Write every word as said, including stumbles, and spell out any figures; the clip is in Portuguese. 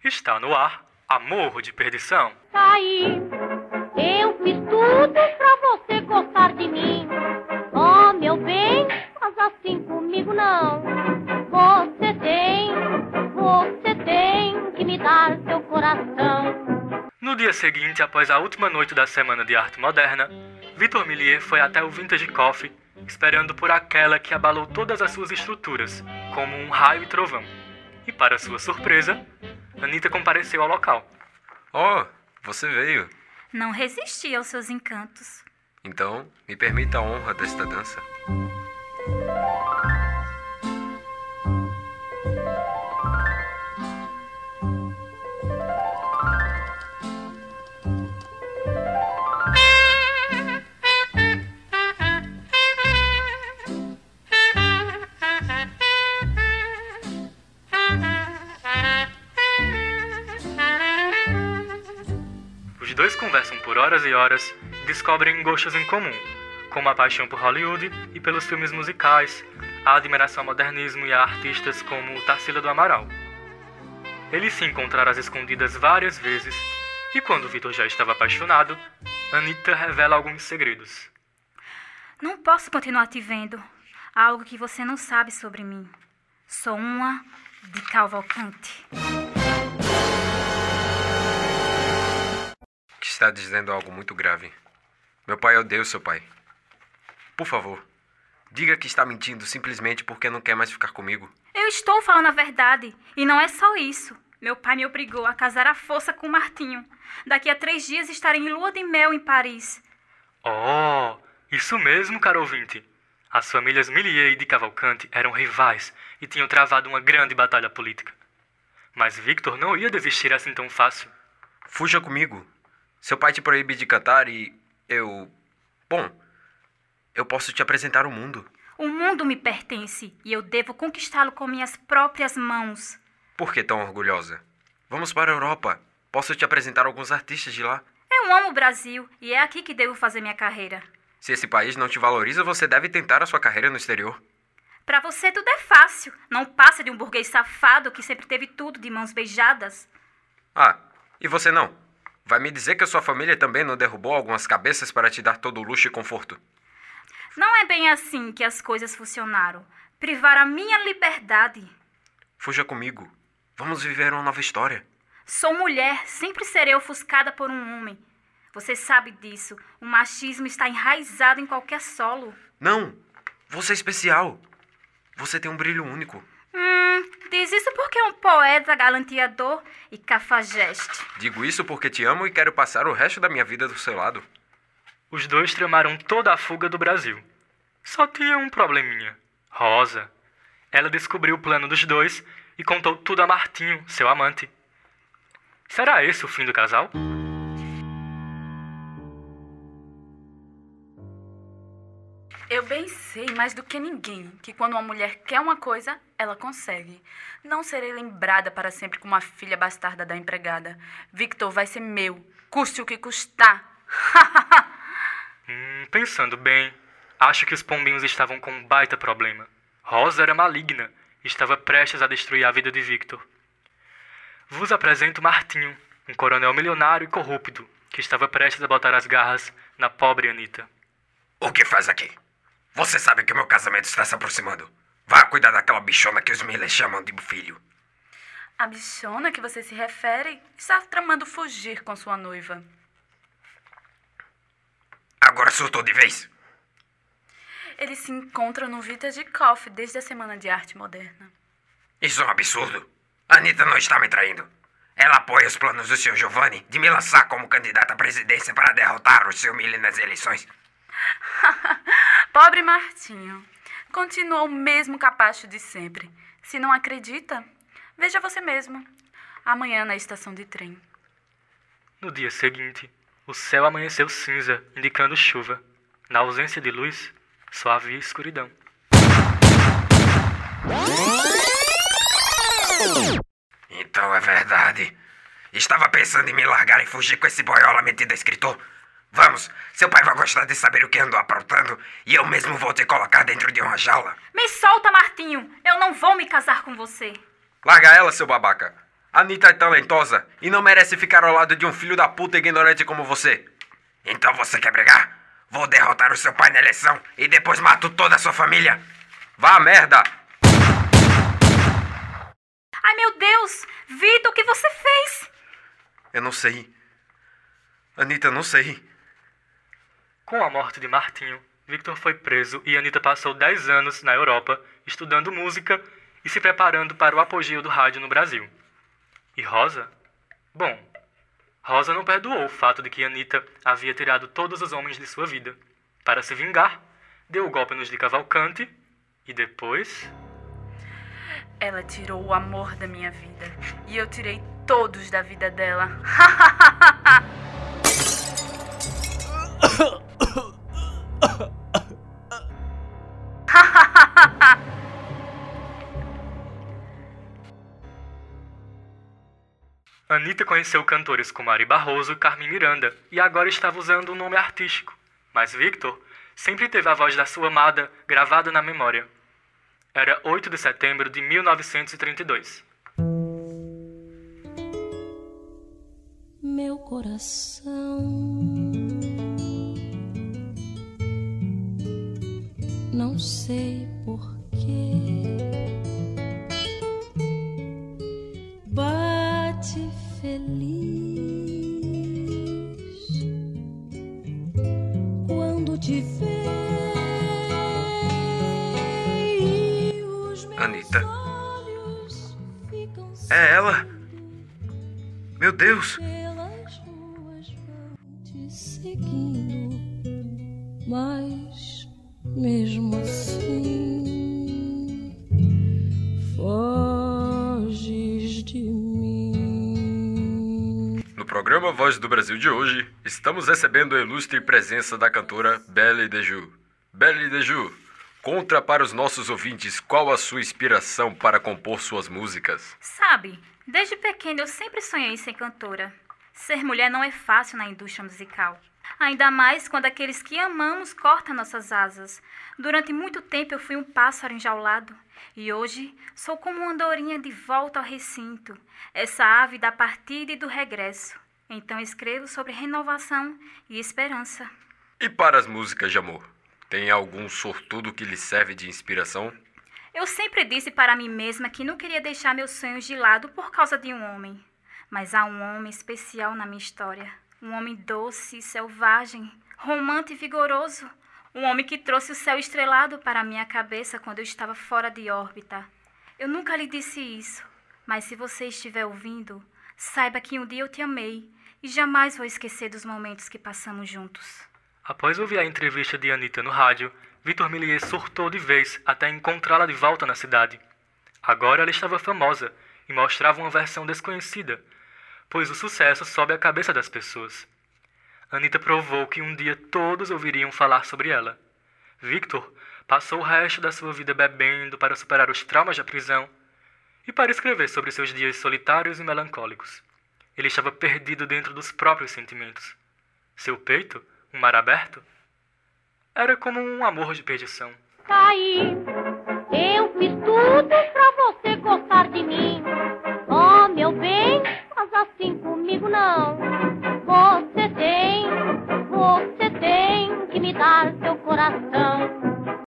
Está no ar, Amor de Perdição. Aí, eu fiz tudo pra você gostar de mim. Oh, meu bem, faz assim comigo não. Você tem, você tem que me dar seu coração. No dia seguinte, após a última noite da Semana de Arte Moderna, Victor Millier foi até o Vintage Coffee, esperando por aquela que abalou todas as suas estruturas, como um raio e trovão. E para sua surpresa, Anitta compareceu ao local. Oh, você veio. Não resisti aos seus encantos. Então, me permita a honra desta dança. Os dois conversam por horas e horas e descobrem gostos em comum, como a paixão por Hollywood e pelos filmes musicais, a admiração ao modernismo e a artistas como Tarsila do Amaral. Eles se encontraram às escondidas várias vezes, e quando Victor já estava apaixonado, Anitta revela alguns segredos. Não posso continuar te vendo. Há algo que você não sabe sobre mim. Sou uma de Cavalcante. Está dizendo algo muito grave. Meu pai odeia o seu pai. Por favor, diga que está mentindo simplesmente porque não quer mais ficar comigo. Eu estou falando a verdade. E não é só isso. Meu pai me obrigou a casar à força com o Martinho. Daqui a três dias estarei em lua de mel em Paris. Oh, isso mesmo, caro ouvinte. As famílias Millier e de Cavalcante eram rivais e tinham travado uma grande batalha política. Mas Victor não ia desistir assim tão fácil. Fuja comigo. Seu pai te proíbe de cantar e eu... Bom, eu posso te apresentar o mundo. O mundo me pertence e eu devo conquistá-lo com minhas próprias mãos. Por que tão orgulhosa? Vamos para a Europa. Posso te apresentar alguns artistas de lá. Eu amo o Brasil e é aqui que devo fazer minha carreira. Se esse país não te valoriza, você deve tentar a sua carreira no exterior. Pra você tudo é fácil. Não passa de um burguês safado que sempre teve tudo de mãos beijadas. Ah, e você não? Vai me dizer que a sua família também não derrubou algumas cabeças para te dar todo o luxo e conforto? Não é bem assim que as coisas funcionaram. Privar a minha liberdade. Fuja comigo. Vamos viver uma nova história. Sou mulher, sempre serei ofuscada por um homem. Você sabe disso. O machismo está enraizado em qualquer solo. Não! Você é especial. Você tem um brilho único. Hum, diz isso porque é um poeta galanteador e cafajeste. Digo isso porque te amo e quero passar o resto da minha vida do seu lado. Os dois tramaram toda a fuga do Brasil. Só tinha um probleminha. Rosa. Ela descobriu o plano dos dois e contou tudo a Martinho, seu amante. Será esse o fim do casal? Eu bem sei mais do que ninguém que quando uma mulher quer uma coisa, ela consegue. Não serei lembrada para sempre como uma filha bastarda da empregada. Victor vai ser meu, custe o que custar. hum, pensando bem, acho que os pombinhos estavam com um baita problema. Rosa era maligna e estava prestes a destruir a vida de Victor. Vos apresento Martinho, um coronel milionário e corrupto, que estava prestes a botar as garras na pobre Anitta. O que faz aqui? Você sabe que o meu casamento está se aproximando. Vá cuidar daquela bichona que os Miller chamam de filho. A bichona que você se refere está tramando fugir com sua noiva. Agora surtou de vez? Eles se encontram no Vintage Coffee desde a Semana de Arte Moderna. Isso é um absurdo. A Anitta não está me traindo. Ela apoia os planos do senhor Giovanni de me lançar como candidata à presidência para derrotar o senhor Miller nas eleições. Pobre Martinho. Continua o mesmo capacho de sempre. Se não acredita, veja você mesmo. Amanhã na estação de trem. No dia seguinte, o céu amanheceu cinza, indicando chuva. Na ausência de luz, só havia escuridão. Então é verdade. Estava pensando em me largar e fugir com esse boiola metido a escritor. Vamos, seu pai vai gostar de saber o que ando aprontando e eu mesmo vou te colocar dentro de uma jaula. Me solta, Martinho. Eu não vou me casar com você. Larga ela, seu babaca. Anitta é talentosa e não merece ficar ao lado de um filho da puta ignorante como você. Então você quer brigar? Vou derrotar o seu pai na eleição e depois mato toda a sua família. Vá, merda! Ai, meu Deus! Vitor, o que você fez? Eu não sei. Anitta, eu não sei. Com a morte de Martinho, Victor foi preso e Anitta passou dez anos na Europa estudando música e se preparando para o apogeu do rádio no Brasil. E Rosa? Bom, Rosa não perdoou o fato de que Anitta havia tirado todos os homens de sua vida. Para se vingar, deu o golpe nos de Cavalcante e depois... Ela tirou o amor da minha vida e eu tirei todos da vida dela. Anitta conheceu cantores como Ari Barroso e Carmen Miranda e agora estava usando um nome artístico. Mas Victor sempre teve a voz da sua amada gravada na memória. Era oito de setembro de mil novecentos e trinta e dois. Meu coração não sei porquê bate feliz quando te vê. Anitta. É ela? Meu Deus! Pelas ruas vão te seguindo, mas mesmo assim foges de mim. No programa Voz do Brasil de hoje, estamos recebendo a ilustre presença da cantora Belle Deju. Belle Deju, conta para os nossos ouvintes qual a sua inspiração para compor suas músicas. Sabe, desde pequena eu sempre sonhei em ser cantora. Ser mulher não é fácil na indústria musical. Ainda mais quando aqueles que amamos cortam nossas asas. Durante muito tempo eu fui um pássaro enjaulado. E hoje sou como uma andorinha de volta ao recinto. Essa ave da partida e do regresso. Então escrevo sobre renovação e esperança. E para as músicas de amor? Tem algum sortudo que lhe serve de inspiração? Eu sempre disse para mim mesma que não queria deixar meus sonhos de lado por causa de um homem. Mas há um homem especial na minha história. Um homem doce, selvagem, romântico e vigoroso. Um homem que trouxe o céu estrelado para a minha cabeça quando eu estava fora de órbita. Eu nunca lhe disse isso, mas se você estiver ouvindo, saiba que um dia eu te amei e jamais vou esquecer dos momentos que passamos juntos. Após ouvir a entrevista de Anitta no rádio, Victor Millier surtou de vez até encontrá-la de volta na cidade. Agora ela estava famosa e mostrava uma versão desconhecida, pois o sucesso sobe a cabeça das pessoas. Anitta provou que um dia todos ouviriam falar sobre ela. Victor passou o resto da sua vida bebendo para superar os traumas da prisão e para escrever sobre seus dias solitários e melancólicos. Ele estava perdido dentro dos próprios sentimentos. Seu peito, um mar aberto, era como um amor de perdição. Tá aí